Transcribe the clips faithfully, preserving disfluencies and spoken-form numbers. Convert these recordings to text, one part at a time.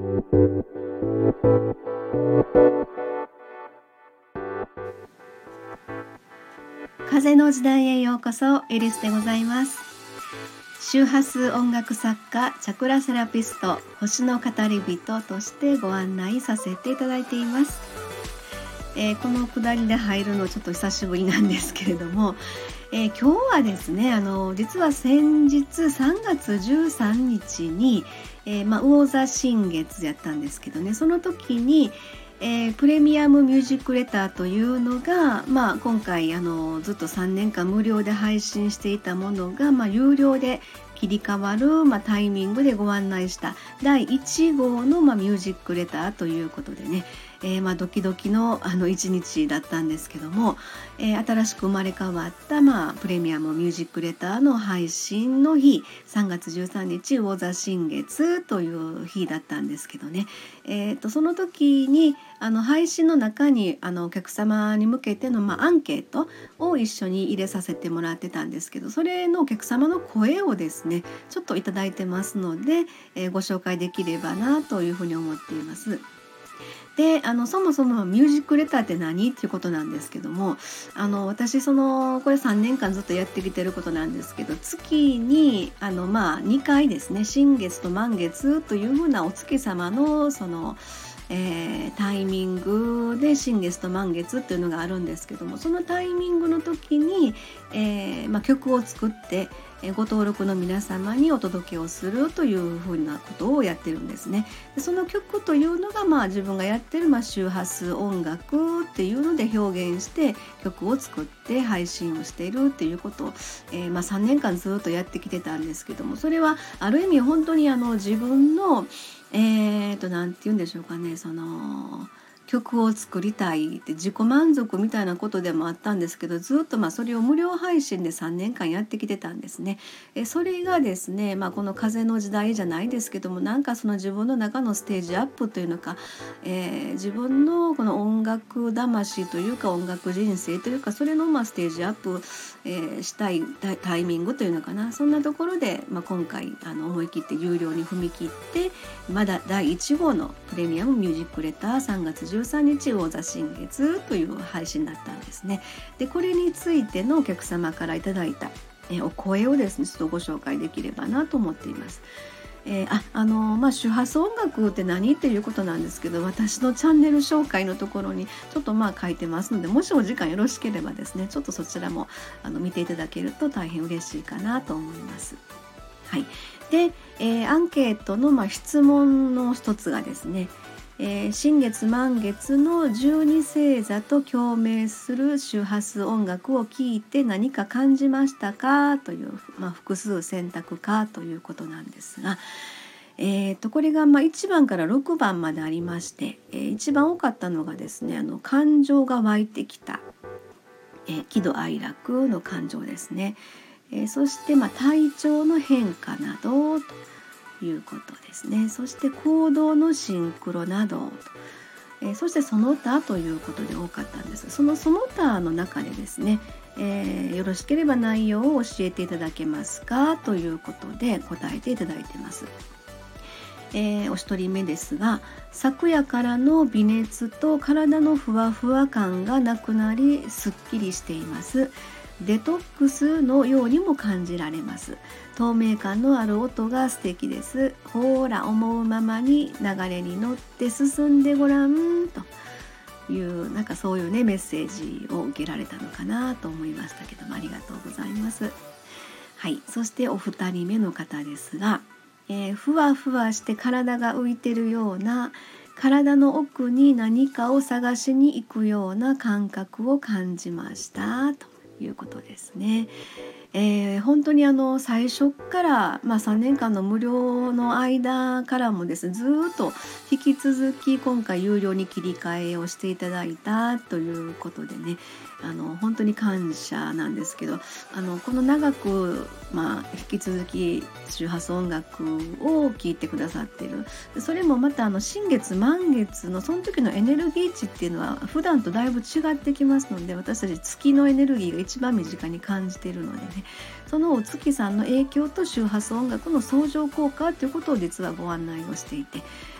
風の時代へようこそ。エリスでございます。周波数音楽作家、チャクラセラピスト、星の語り人としてご案内させていただいています。えー、この下りで入るのちょっと久しぶりなんですけれども、えー、今日はですね、あの実は先日さんがつじゅうさんにちに、えーまあ、魚座新月やったんですけどね、その時にえー、プレミアムミュージックレターというのが、まあ、今回あのずっとさんねんかん無料で配信していたものが、まあ、有料で切り替わる、まあ、タイミングでご案内しただいいちごうの、まあ、ミュージックレターということでね、えーまあ、ドキドキのあのいちにちだったんですけども、えー、新しく生まれ変わった、まあ、プレミアムミュージックレターの配信の日、さんがつじゅうさんにち魚座新月という日だったんですけどね、えー、とその時にあの配信の中にあのお客様に向けての、まあ、アンケートを一緒に入れさせてもらってたんですけど、それのお客様の声をですねちょっといただいてますので、えー、ご紹介できればなというふうに思っています。であのそもそもミュージックレターって何っていうことなんですけども、あの私そのこれさんねんかんずっとやってきてることなんですけど、月にあの、まあ、にかいですね、新月と満月というふうなお月様のそのえー、タイミングで新月と満月っていうのがあるんですけども、そのタイミングの時に、えーまあ、曲を作って、えー、ご登録の皆様にお届けをするというふうなことをやってるんですね。でその曲というのが、まあ、自分がやってる、まあ、周波数音楽っていうので表現して曲を作って配信をしているっていうことを、えーまあ、さんねんかんずっとやってきてたんですけども、それはある意味本当にあの自分のえーとなんて言うんでしょうかね、その曲を作りたいって自己満足みたいなことでもあったんですけど、ずっとまあそれを無料配信でさんねんかんやってきてたんですね。えそれがですね、まあ、この風の時代じゃないですけども、なんかその自分の中のステージアップというのか、えー、自分のこの音楽魂というか音楽人生というか、それのまあステージアップ、えー、したいタイミングというのかな、そんなところで、まあ、今回あの思い切って有料に踏み切って、まだだいいちごうのプレミアムミュージックレターさんがつじゅうさんにち魚座新月という配信だったんですね。でこれについてのお客様からいただいたえお声をですねちょっとご紹介できればなと思っています。えー、ああのまあ、周波数音楽って何っていうことなんですけど、私のチャンネル紹介のところにちょっとまあ書いてますので、もしお時間よろしければですねちょっとそちらもあの見ていただけると大変嬉しいかなと思います。はい、で、えー、アンケートのまあ質問の一つがですね、えー、新月満月のじゅうに星座と共鳴する周波数音楽を聴いて何か感じましたかという、まあ、複数選択かということなんですが、えー、とこれがまあいちばんからろくばんまでありまして、えー、一番多かったのがですね、あの感情が湧いてきた、えー、喜怒哀楽の感情ですね。えー、そしてまあ体調の変化などということですね。そして行動のシンクロなどと、えー、そしてその他ということで多かったんです。そのその他の中でですね、えー、よろしければ内容を教えていただけますかということで答えていただいてます。えー、お一人目ですが、昨夜からの微熱と体のふわふわ感がなくなりすっきりしています。デトックスのようにも感じられます。透明感のある音が素敵です。ほーら思うままに流れに乗って進んでごらんという、なんかそういうねメッセージを受けられたのかなと思いましたけども、ありがとうございます。はい、そしてお二人目の方ですが、えー、ふわふわして体が浮いてるような、体の奥に何かを探しに行くような感覚を感じましたということですね。えー、本当にあの最初から、まあ、さんねんかんの無料の間からもですね、ずっと引き続き今回有料に切り替えをしていただいたということでね、あの本当に感謝なんですけど、あのこの長く、まあ、引き続き周波数音楽を聴いてくださっている、それもまたあの新月満月のその時のエネルギー値っていうのは普段とだいぶ違ってきますので、私たち月のエネルギーが一番身近に感じているのでね、そのお月さんの影響と周波数音楽の相乗効果ということを実はご案内をしていて、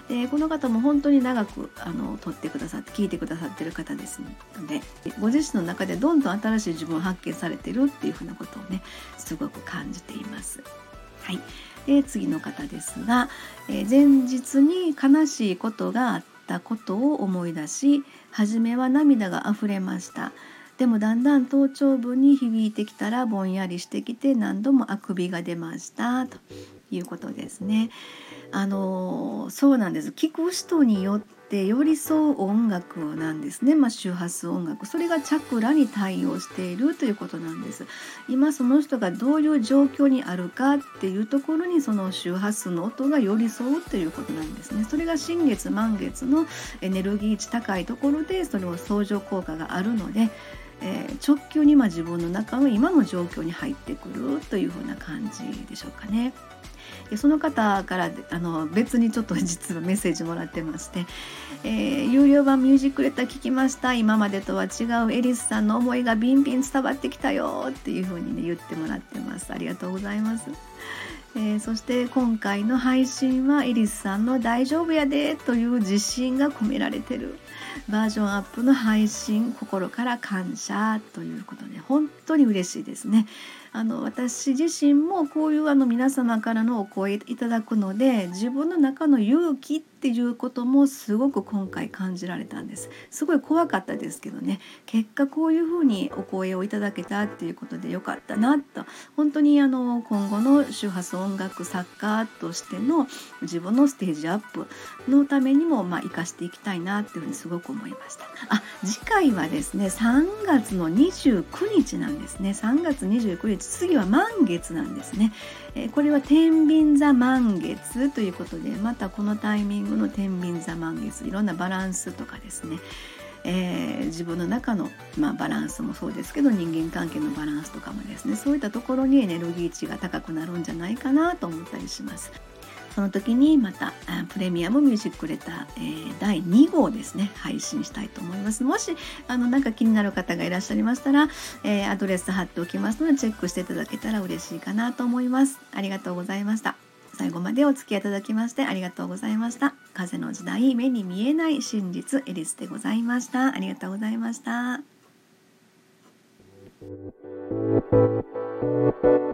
でこの方も本当に長くあの撮ってくださって聞いてくださってる方ですので、ご自身の中でどんどん新しい自分を発見されてるっていうふうなことをねすごく感じています。はい、で次の方ですが、えー、前日に悲しいことがあったことを思い出し、初めは涙があふれました。でもだんだん頭頂部に響いてきたらぼんやりしてきて、何度もあくびが出ましたということですね。あのそうなんです。聞く人によって寄り添う音楽なんですね。まあ、周波数音楽、それがチャクラに対応しているということなんです。今その人がどういう状況にあるかっていうところにその周波数の音が寄り添うということなんですね。それが新月満月のエネルギー値高いところでそれを相乗効果があるので、えー、直球にまあ自分の中の今の状況に入ってくるというふうな感じでしょうかね。でその方からあの別にちょっと実はメッセージもらってまして、えー、有料版ミュージックレター聞きました。今までとは違うエリスさんの思いがビンビン伝わってきたよっていうふうに、ね、言ってもらってます。ありがとうございます。えー、そして今回の配信はエリスさんの大丈夫やでという自信が込められてるバージョンアップの配信、心から感謝ということで本当に嬉しいですね。あの私自身もこういうあの皆様からのお声いただくので、自分の中の勇気っていうこともすごく今回感じられたんです。すごい怖かったですけどね、結果こういうふうにお声をいただけたっていうことでよかったなと、本当にあの今後の周波数音楽作家としての自分のステージアップのためにもまあ生かしていきたいなっていうふうにすごく思いました。あ、次回はですねさんがつのにじゅうくにちなんですね。さんがつにじゅうくにち、次は満月なんですね。えー、これは天秤座満月ということで、またこのタイミングの天秤座満月、いろんなバランスとかですね、えー、自分の中の、まあ、バランスもそうですけど、人間関係のバランスとかもですね、そういったところにエネルギー値が高くなるんじゃないかなと思ったりします。その時にまたプレミアムミュージックレター、えー、だいにごうですね配信したいと思います。もしあのなんか気になる方がいらっしゃいましたら、えー、アドレス貼っておきますのでチェックしていただけたら嬉しいかなと思います。ありがとうございました。最後までお付き合いいただきましてありがとうございました。風の時代、目に見えない真実、エリスでございました。ありがとうございました。